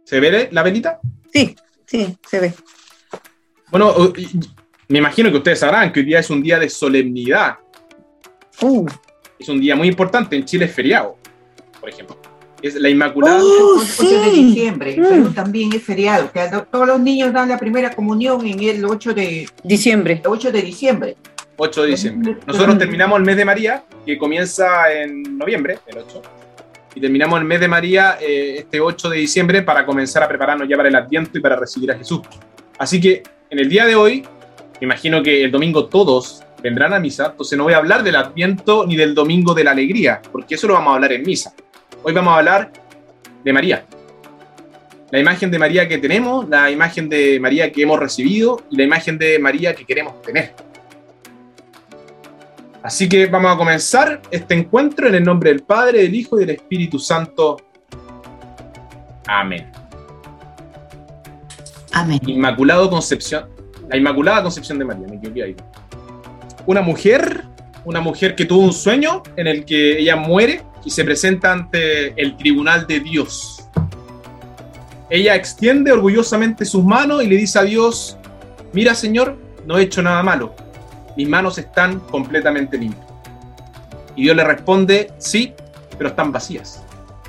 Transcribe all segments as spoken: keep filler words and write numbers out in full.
¿Se ve la velita? Sí, sí, se ve. Bueno, me imagino que ustedes sabrán que hoy día es un día de solemnidad. Uh. Es un día muy importante. En Chile es feriado, por ejemplo. Es la Inmaculada. Oh, el ocho de diciembre. En Perú también es feriado. Que todos los niños dan la primera comunión en el ocho de diciembre. ocho de diciembre. ocho de diciembre. Nosotros terminamos el mes de María, que comienza en noviembre, el ocho. Y terminamos el mes de María eh, este ocho de diciembre para comenzar a prepararnos ya para el Adviento y para recibir a Jesús. Así que en el día de hoy, me imagino que el domingo todos vendrán a misa, entonces no voy a hablar del Adviento ni del Domingo de la Alegría, porque eso lo vamos a hablar en misa. Hoy vamos a hablar de María. La imagen de María que tenemos, la imagen de María que hemos recibido y la imagen de María que queremos tener. Así que vamos a comenzar este encuentro en el nombre del Padre, del Hijo y del Espíritu Santo. Amén. Amén. Inmaculado Concepción, la Inmaculada Concepción de María, me equivoqué ahí. Una mujer, una mujer que tuvo un sueño en el que ella muere y se presenta ante el tribunal de Dios. Ella extiende orgullosamente sus manos y le dice a Dios: mira, Señor, no he hecho nada malo. Mis manos están completamente limpias. Y Dios le responde: sí, pero están vacías.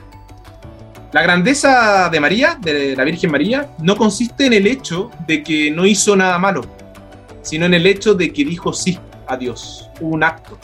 La grandeza de María, de la Virgen María, no consiste en el hecho de que no hizo nada malo, sino en el hecho de que dijo sí a Dios. Hubo un acto.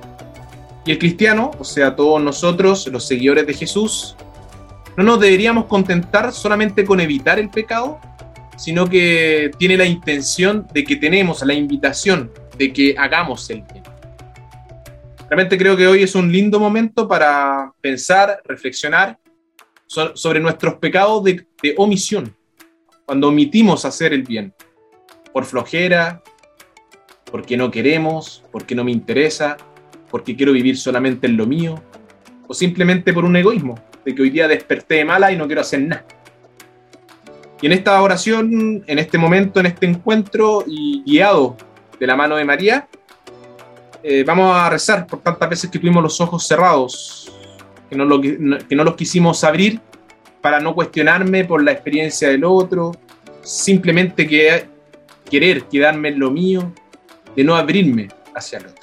Y el cristiano, o sea, todos nosotros, los seguidores de Jesús, no nos deberíamos contentar solamente con evitar el pecado, sino que tiene la intención de que tenemos la invitación de que hagamos el bien. Realmente creo que hoy es un lindo momento para pensar, reflexionar so- sobre nuestros pecados de, de omisión, cuando omitimos hacer el bien, por flojera, porque no queremos, porque no me interesa, porque quiero vivir solamente en lo mío, o simplemente por un egoísmo, de que hoy día desperté de mala y no quiero hacer nada. Y en esta oración, en este momento, en este encuentro, y guiado de la mano de María, eh, vamos a rezar por tantas veces que tuvimos los ojos cerrados, que no, lo, que no los quisimos abrir para no cuestionarme por la experiencia del otro, simplemente que, querer quedarme en lo mío, de no abrirme hacia el otro.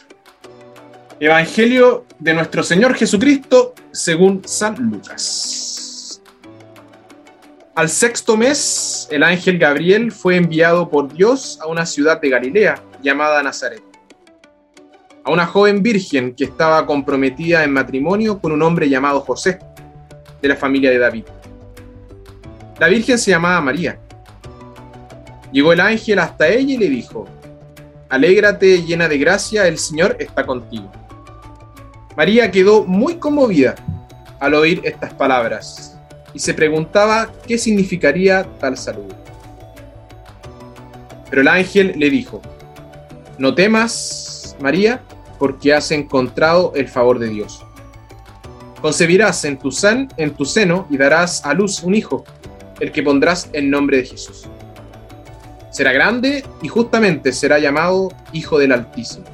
Evangelio de nuestro Señor Jesucristo según San Lucas. Al sexto mes, el ángel Gabriel fue enviado por Dios a una ciudad de Galilea llamada Nazaret, a una joven virgen que estaba comprometida en matrimonio con un hombre llamado José, de la familia de David. La virgen se llamaba María. Llegó el ángel hasta ella y le dijo: alégrate, llena de gracia, el Señor está contigo. María quedó muy conmovida al oír estas palabras y se preguntaba qué significaría tal saludo. Pero el ángel le dijo: no temas, María, porque has encontrado el favor de Dios. Concebirás en tu, san, en tu seno y darás a luz un hijo, el que pondrás el nombre de Jesús. Será grande y justamente será llamado Hijo del Altísimo.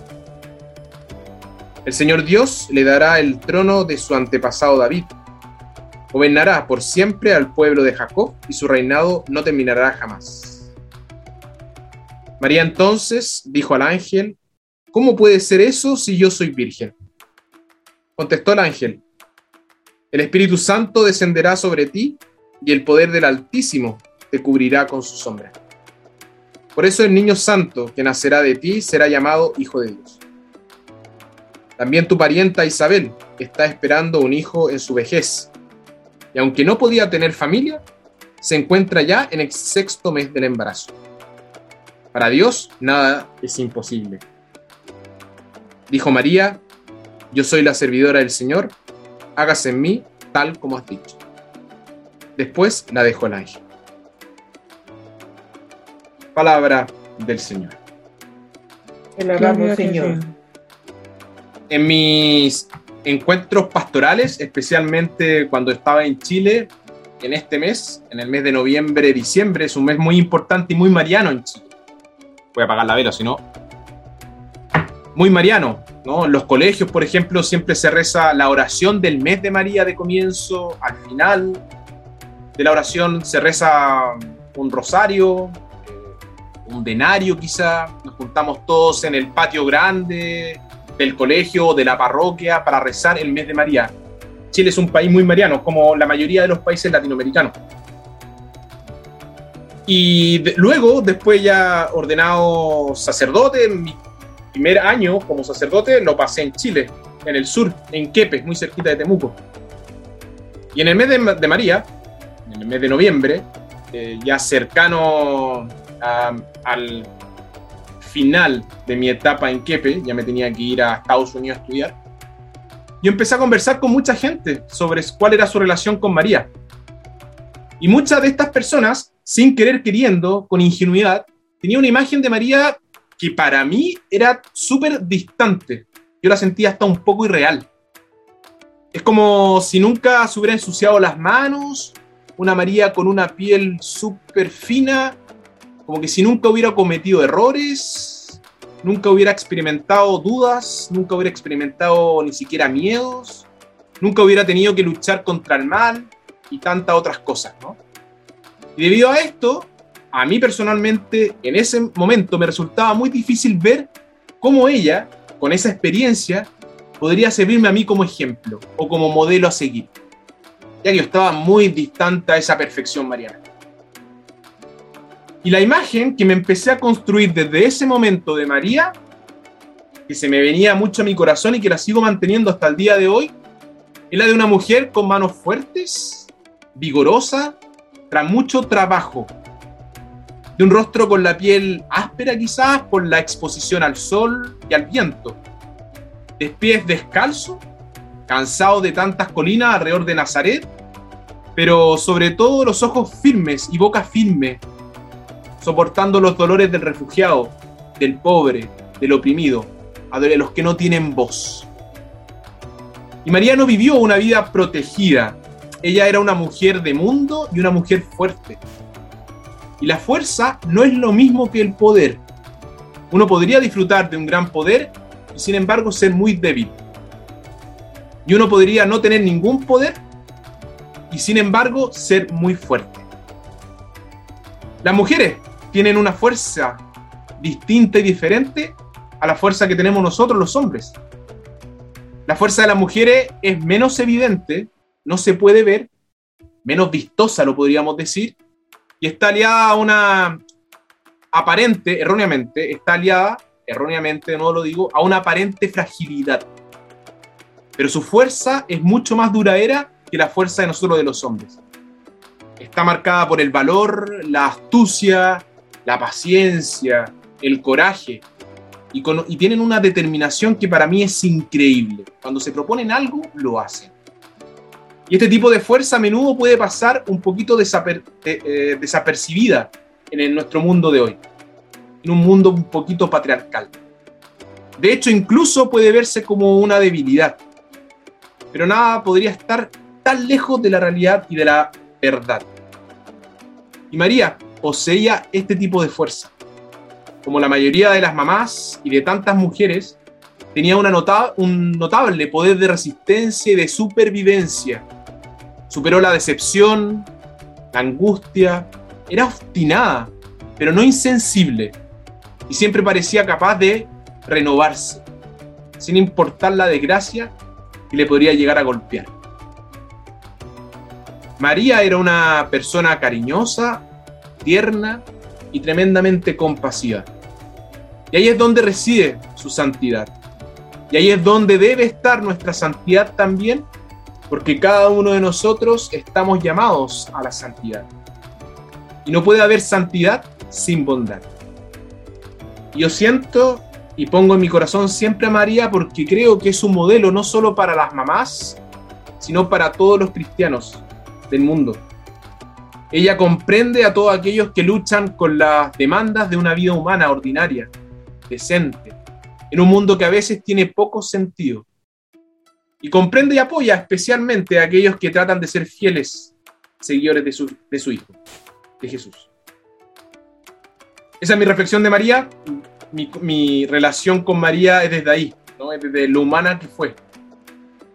El Señor Dios le dará el trono de su antepasado David. Gobernará por siempre al pueblo de Jacob y su reinado no terminará jamás. María entonces dijo al ángel: ¿cómo puede ser eso si yo soy virgen? Contestó el ángel: el Espíritu Santo descenderá sobre ti y el poder del Altísimo te cubrirá con su sombra. Por eso el niño santo que nacerá de ti será llamado Hijo de Dios. También tu parienta Isabel está esperando un hijo en su vejez, y aunque no podía tener familia, se encuentra ya en el sexto mes del embarazo. Para Dios nada es imposible. Dijo María: yo soy la servidora del Señor, hágase en mí tal como has dicho. Después la dejó el ángel. Palabra del Señor. Te alabamos, Señor. En mis encuentros pastorales, especialmente cuando estaba en Chile, en este mes, en el mes de noviembre, diciembre, es un mes muy importante y muy mariano en Chile. Voy a apagar la vela, si no. Muy mariano, ¿no? En los colegios, por ejemplo, siempre se reza la oración del mes de María de comienzo, al final de la oración se reza un rosario, un denario quizá, nos juntamos todos en el patio grande del colegio o de la parroquia para rezar el mes de María. Chile es un país muy mariano, como la mayoría de los países latinoamericanos. Y de, luego, después ya ordenado sacerdote, mi primer año como sacerdote lo pasé en Chile, en el sur, en Quepes, muy cerquita de Temuco. Y en el mes de, de María, en el mes de noviembre, eh, ya cercano a, al final de mi etapa en Quepes, ya me tenía que ir a Estados Unidos a estudiar, yo empecé a conversar con mucha gente sobre cuál era su relación con María. Y muchas de estas personas, sin querer queriendo, con ingenuidad, tenía una imagen de María que para mí era súper distante. Yo la sentía hasta un poco irreal. Es como si nunca se hubiera ensuciado las manos, una María con una piel súper fina, como que si nunca hubiera cometido errores, nunca hubiera experimentado dudas, nunca hubiera experimentado ni siquiera miedos, nunca hubiera tenido que luchar contra el mal y tantas otras cosas, ¿no? Y debido a esto, a mí personalmente, en ese momento me resultaba muy difícil ver cómo ella, con esa experiencia, podría servirme a mí como ejemplo o como modelo a seguir, ya que yo estaba muy distante a esa perfección mariana. Y la imagen que me empecé a construir desde ese momento de María, que se me venía mucho a mi corazón y que la sigo manteniendo hasta el día de hoy, es la de una mujer con manos fuertes, vigorosa, tras mucho trabajo, de un rostro con la piel áspera quizás por la exposición al sol y al viento, de pies descalzos, cansado de tantas colinas alrededor de Nazaret, pero sobre todo los ojos firmes y boca firme, soportando los dolores del refugiado, del pobre, del oprimido, de los que no tienen voz. Y María no vivió una vida protegida. Ella era una mujer de mundo y una mujer fuerte. Y la fuerza no es lo mismo que el poder. Uno podría disfrutar de un gran poder y sin embargo ser muy débil. Y uno podría no tener ningún poder y sin embargo ser muy fuerte. Las mujeres tienen una fuerza distinta y diferente a la fuerza que tenemos nosotros los hombres. La fuerza de las mujeres es menos evidente, no se puede ver, menos vistosa lo podríamos decir, y está aliada a una aparente, erróneamente, está aliada, erróneamente no lo digo, a una aparente fragilidad. Pero su fuerza es mucho más duradera que la fuerza de nosotros de los hombres. Está marcada por el valor, la astucia, la paciencia, el coraje, y, con, y tienen una determinación que para mí es increíble. Cuando se proponen algo, lo hacen. Y este tipo de fuerza a menudo puede pasar un poquito desaper, eh, eh, desapercibida en el, nuestro mundo de hoy, en un mundo un poquito patriarcal. De hecho, incluso puede verse como una debilidad, pero nada podría estar tan lejos de la realidad y de la verdad. Y María poseía este tipo de fuerza. Como la mayoría de las mamás y de tantas mujeres, tenía una nota- un notable poder de resistencia y de supervivencia. Superó la decepción, la angustia, era obstinada, pero no insensible, y siempre parecía capaz de renovarse, sin importar la desgracia que le podría llegar a golpear. María era una persona cariñosa, tierna y tremendamente compasiva. Y ahí es donde reside su santidad. Y ahí es donde debe estar nuestra santidad también, porque cada uno de nosotros estamos llamados a la santidad. Y no puede haber santidad sin bondad. Y yo siento y pongo en mi corazón siempre a María porque creo que es un modelo no solo para las mamás, sino para todos los cristianos del mundo. Ella comprende a todos aquellos que luchan con las demandas de una vida humana ordinaria, decente, en un mundo que a veces tiene poco sentido. Y comprende y apoya especialmente a aquellos que tratan de ser fieles seguidores de su, de su Hijo, de Jesús. Esa es mi reflexión de María. Mi, mi relación con María es desde ahí, ¿no? Es desde lo humana que fue.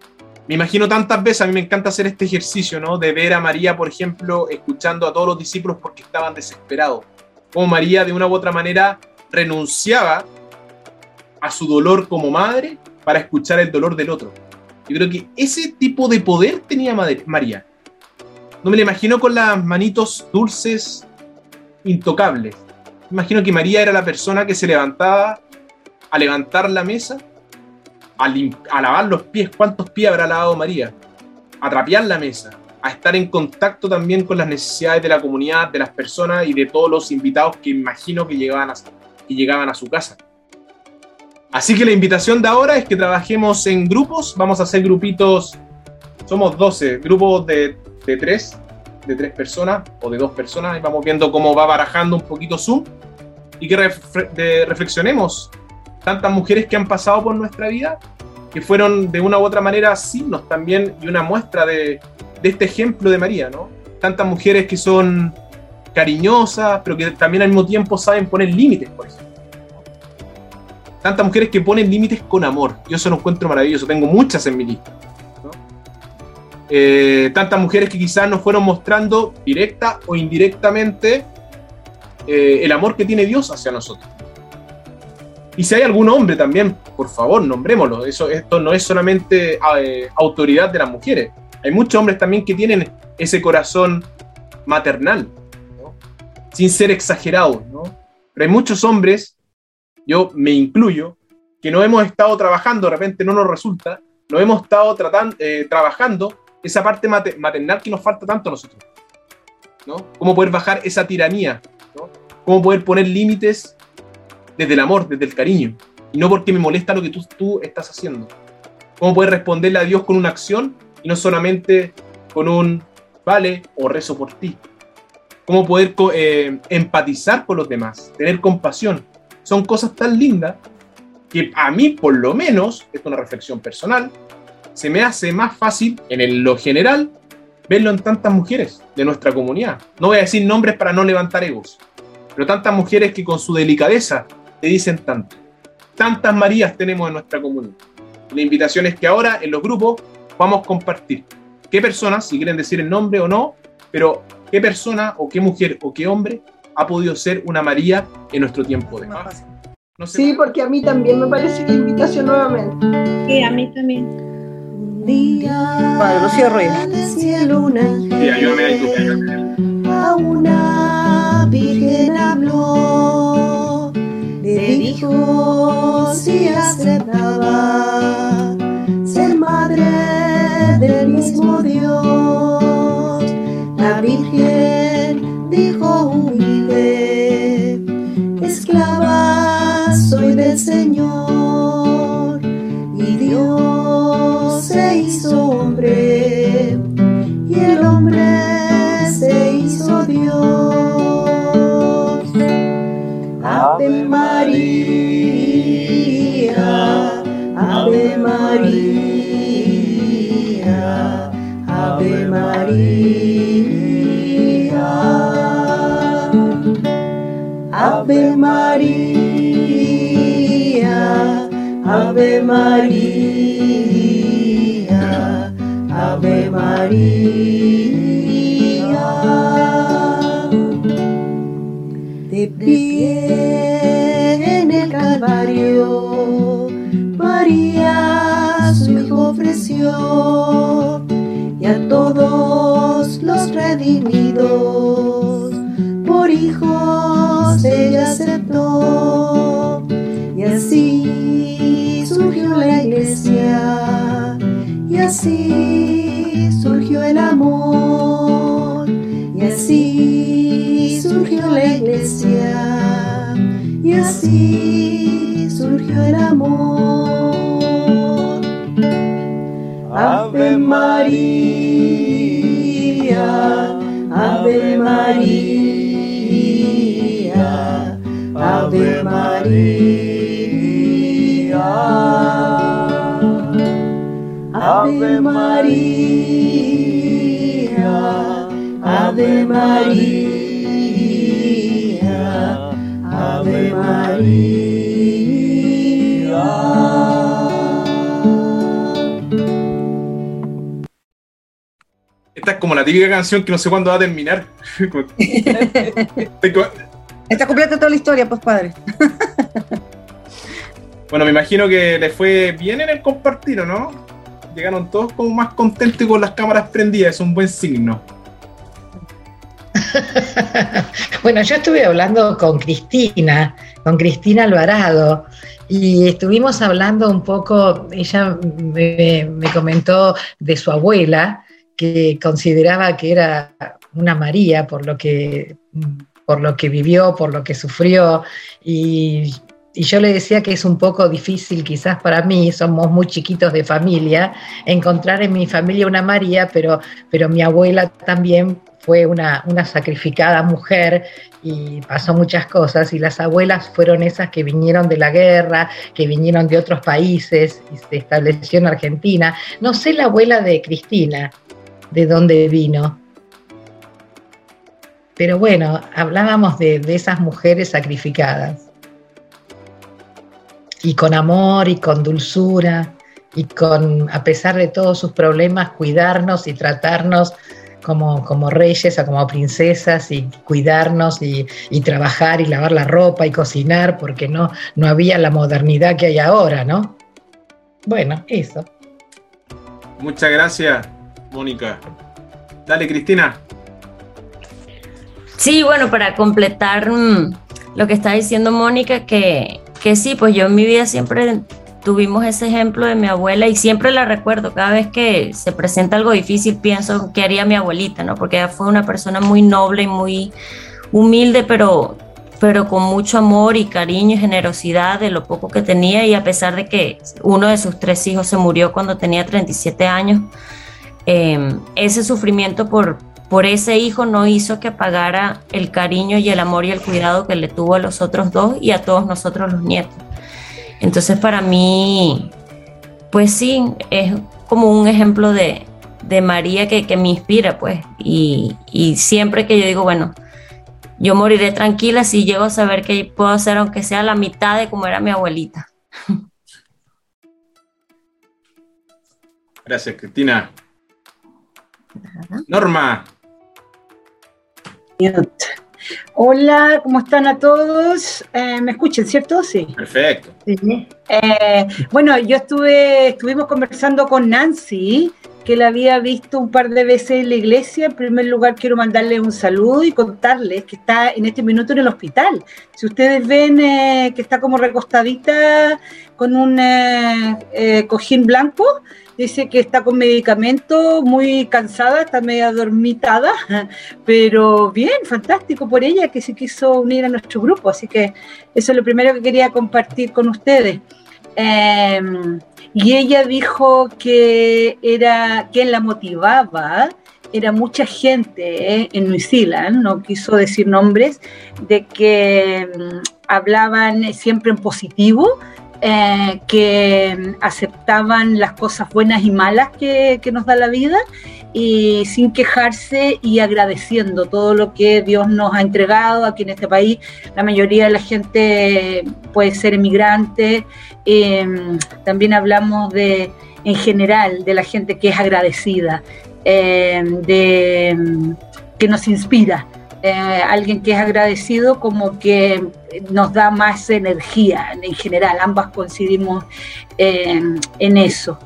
Me imagino tantas veces, a mí me encanta hacer este ejercicio, ¿no? De ver a María, por ejemplo, escuchando a todos los discípulos porque estaban desesperados. Como María, de una u otra manera, renunciaba a su dolor como madre para escuchar el dolor del otro. Yo creo que ese tipo de poder tenía María. No me lo imagino con las manitos dulces, intocables. Me imagino que María era la persona que se levantaba a levantar la mesa, a, a lavar los pies. ¿Cuántos pies habrá lavado María? A trapear la mesa, a estar en contacto también con las necesidades de la comunidad, de las personas y de todos los invitados que imagino que llegaban a, que llegaban a su casa. Así que la invitación de ahora es que trabajemos en grupos. Vamos a hacer grupitos, somos doce, grupos de, de tres, de tres personas o de dos personas, y vamos viendo cómo va barajando un poquito Zoom, y que ref, de, reflexionemos tantas mujeres que han pasado por nuestra vida, que fueron de una u otra manera signos también y una muestra de, de este ejemplo de María, ¿no? Tantas mujeres que son cariñosas, pero que también al mismo tiempo saben poner límites, por ejemplo. Tantas mujeres que ponen límites con amor. Yo eso lo encuentro maravilloso. Tengo muchas en mi lista, ¿no? Eh, tantas mujeres que quizás nos fueron mostrando directa o indirectamente eh, el amor que tiene Dios hacia nosotros. Y si hay algún hombre también, por favor, nombrémoslo. Eso, esto no es solamente eh, autoridad de las mujeres. Hay muchos hombres también que tienen ese corazón maternal, ¿no? Sin ser exagerados, ¿no? Pero hay muchos hombres, yo me incluyo, que no hemos estado trabajando, de repente no nos resulta, no hemos estado tratando, eh, trabajando esa parte mater- maternal que nos falta tanto a nosotros, ¿no? Cómo poder bajar esa tiranía, ¿no? Cómo poder poner límites desde el amor, desde el cariño, y no porque me molesta lo que tú, tú estás haciendo. Cómo poder responderle a Dios con una acción y no solamente con un vale o rezo por ti. Cómo poder eh, empatizar con los demás, tener compasión. Son cosas tan lindas que a mí, por lo menos, esto es una reflexión personal, se me hace más fácil, en el, lo general, verlo en tantas mujeres de nuestra comunidad. No voy a decir nombres para no levantar egos, pero tantas mujeres que con su delicadeza te dicen tanto. Tantas Marías tenemos en nuestra comunidad. La invitación es que ahora, en los grupos, vamos a compartir qué personas, si quieren decir el nombre o no, pero qué persona o qué mujer o qué hombre ha podido ser una María en nuestro tiempo de paz. No sé. Sí, porque a mí también me parece que invitación nuevamente. Sí, a mí también. Un día Vale, lo cierro yo. cielo un ángel, sí, ayúdame ahí tú. A una virgen habló, le dijo si aceptaba ser madre del mismo Dios. La virgen dijo humilde, esclava soy del Señor, y Dios se hizo hombre, y el hombre se hizo Dios. Ave María, Ave María, Ave María, Ave María, Ave María, Ave María. De pie en el Calvario, María su Hijo ofreció, y a todos los redimidos por hijos ella aceptó. Y así surgió la iglesia, y así surgió el amor, y así surgió la iglesia, y así surgió el amor. Ave María, Ave María, Ave María, Ave María, Ave María, Ave María. es como la típica canción que no sé cuándo va a terminar. Está completa toda la historia, pues padre. Bueno, me imagino que les fue bien en el compartir, ¿o no? Llegaron todos como más contentos y con las cámaras prendidas, es un buen signo. Bueno, yo estuve hablando con Cristina, con Cristina Alvarado, y estuvimos hablando un poco, ella me, me comentó de su abuela, que consideraba que era una María por lo que, por lo que vivió, por lo que sufrió, y, y yo le decía que es un poco difícil quizás para mí, somos muy chiquitos de familia, encontrar en mi familia una María, pero, pero mi abuela también fue una, una sacrificada mujer y pasó muchas cosas, y las abuelas fueron esas que vinieron de la guerra, que vinieron de otros países y se estableció en Argentina. No sé la abuela de Cristina, de dónde vino. Pero bueno, hablábamos de, de esas mujeres sacrificadas. Y con amor y con dulzura, y con, a pesar de todos sus problemas, cuidarnos y tratarnos Como, como reyes o como princesas, y cuidarnos y, y trabajar y lavar la ropa y cocinar, porque no, no había la modernidad que hay ahora, ¿no? Bueno, eso. Muchas gracias, Mónica. Dale, Cristina. Sí, bueno, para completar mmm, lo que está diciendo Mónica, que, que sí, pues yo en mi vida siempre tuvimos ese ejemplo de mi abuela y siempre la recuerdo. Cada vez que se presenta algo difícil pienso qué haría mi abuelita, ¿no? Porque ella fue una persona muy noble y muy humilde, pero, pero con mucho amor y cariño y generosidad de lo poco que tenía, y a pesar de que uno de sus tres hijos se murió cuando tenía treinta y siete años, eh, ese sufrimiento por, por ese hijo no hizo que apagara el cariño y el amor y el cuidado que le tuvo a los otros dos y a todos nosotros los nietos. Entonces para mí, pues sí, es como un ejemplo de, de María que, que me inspira, pues, y, y siempre que yo digo, bueno, yo moriré tranquila si llego a saber que puedo hacer aunque sea la mitad de como era mi abuelita. Gracias, Cristina. Norma. Hola, ¿cómo están a todos? Eh, ¿Me escuchan, cierto? Sí. Perfecto. Sí. Eh, bueno, yo estuve, estuvimos conversando con Nancy, que la había visto un par de veces en la iglesia. En primer lugar, quiero mandarle un saludo y contarles que está en este minuto en el hospital. Si ustedes ven eh, que está como recostadita con un eh, eh, cojín blanco, dice que está con medicamento, muy cansada, está media dormitada, pero bien, fantástico por ella que se quiso unir a nuestro grupo. Así que eso es lo primero que quería compartir con ustedes. Eh, y ella dijo que era quien la motivaba, era mucha gente eh, en New Zealand, no quiso decir nombres, de que um, hablaban siempre en positivo, Eh, que aceptaban las cosas buenas y malas que, que nos da la vida, y sin quejarse y agradeciendo todo lo que Dios nos ha entregado aquí en este país. La mayoría de la gente puede ser emigrante. Eh, también hablamos de, en general, de la gente que es agradecida, eh, de, que nos inspira. Eh, alguien que es agradecido como que nos da más energía en general, ambas coincidimos eh, en eso.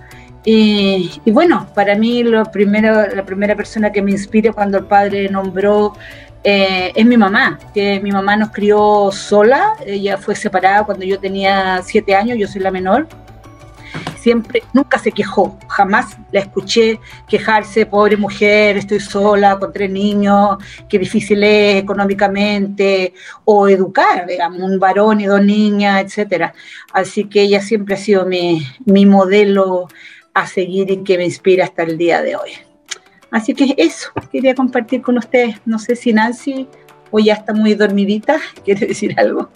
Y, y bueno, para mí lo primero, la primera persona que me inspira cuando el padre nombró eh, es mi mamá, que mi mamá nos crió sola. Ella fue separada cuando yo tenía siete años, yo soy la menor. Siempre, nunca se quejó, jamás la escuché quejarse, pobre mujer, estoy sola con tres niños, qué difícil es económicamente, o educar, digamos, un varón y dos niñas, etcétera. Así que ella siempre ha sido mi, mi modelo a seguir y que me inspira hasta el día de hoy. Así que eso quería compartir con ustedes. No sé si Nancy o ya está muy dormidita, ¿quiere decir algo?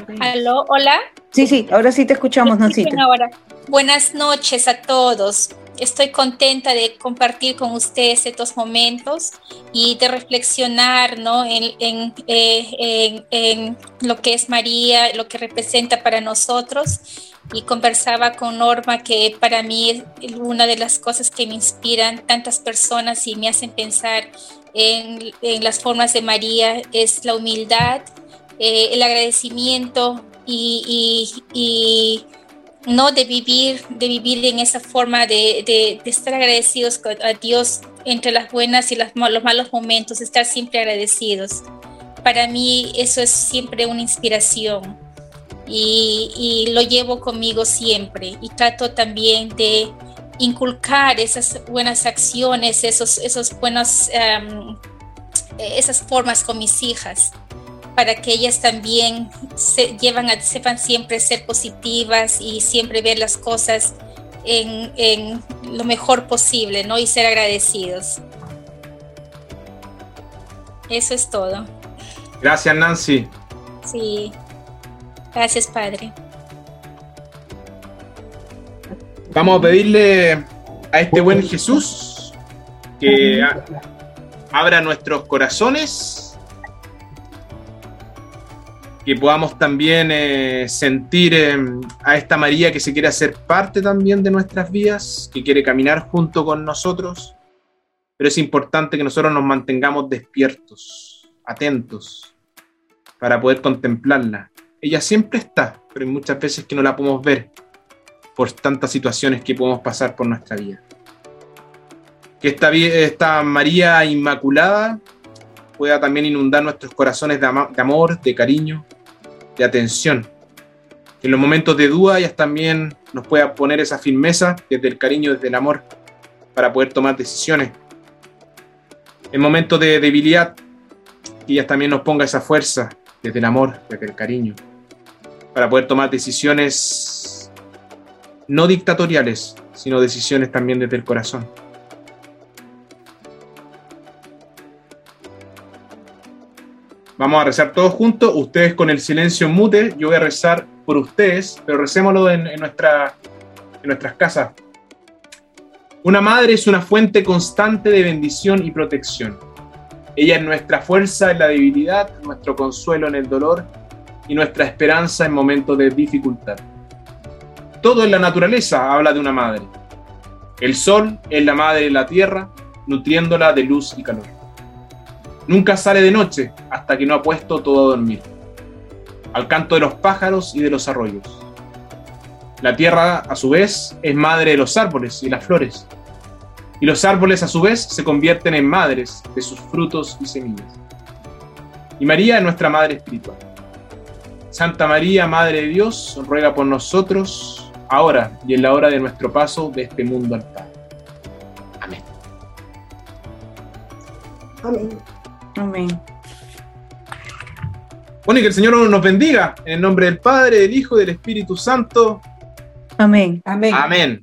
Aló, hola. Sí, sí, ahora sí te escuchamos, Nancita. Ahora. Buenas noches a todos. estoy contenta de compartir con ustedes estos momentos y de reflexionar, ¿no? en, en, eh, en, en lo que es María, lo que representa para nosotros. Y conversaba con Norma que para mí una de las cosas que me inspiran tantas personas y me hacen pensar en, en las formas de María es la humildad, eh, el agradecimiento y, y, y no de vivir, de vivir en esa forma de, de, de estar agradecidos a Dios entre las buenas y las, los malos momentos, estar siempre agradecidos. Para mí eso es siempre una inspiración y, y lo llevo conmigo siempre y trato también de inculcar esas buenas acciones, esos, esos buenos, um, esas formas con mis hijas, para que ellas también se llevan a, sepan siempre ser positivas y siempre ver las cosas en, en lo mejor posible, ¿no? Y ser agradecidos. Eso es todo. Gracias, Nancy. Sí. Gracias, Padre. Vamos a pedirle a este buen Jesús que a- abra nuestros corazones, que podamos también eh, sentir eh, a esta María que se quiere hacer parte también de nuestras vidas, que quiere caminar junto con nosotros, pero es importante que nosotros nos mantengamos despiertos, atentos, para poder contemplarla. Ella siempre está, pero hay muchas veces que no la podemos ver por tantas situaciones que podemos pasar por nuestra vida. Que esta, vi- esta María Inmaculada pueda también inundar nuestros corazones de, ama- de amor, de cariño, de atención. Que en los momentos de duda ella también nos pueda poner esa firmeza desde el cariño, desde el amor, para poder tomar decisiones. En momentos de debilidad, que ella también nos ponga esa fuerza desde el amor, desde el cariño, para poder tomar decisiones no dictatoriales, sino decisiones también desde el corazón. Vamos a rezar todos juntos, ustedes con el silencio mute, yo voy a rezar por ustedes, pero recémoslo en, en, nuestra, en nuestras casas. Una madre es una fuente constante de bendición y protección. Ella es nuestra fuerza en la debilidad, nuestro consuelo en el dolor y nuestra esperanza en momentos de dificultad. Todo en la naturaleza habla de una madre. El sol es la madre de la tierra, nutriéndola de luz y calor. Nunca sale de noche hasta que no ha puesto todo a dormir. Al canto de los pájaros y de los arroyos. La tierra, a su vez, es madre de los árboles y las flores. Y los árboles, a su vez, se convierten en madres de sus frutos y semillas. Y María es nuestra madre espiritual. Santa María, Madre de Dios, ruega por nosotros, ahora y en la hora de nuestro paso de este mundo al Padre. Amén. Amén. Amén. Bueno, y que el Señor nos bendiga, en el nombre del Padre, del Hijo y del Espíritu Santo. Amén. Amén. Amén.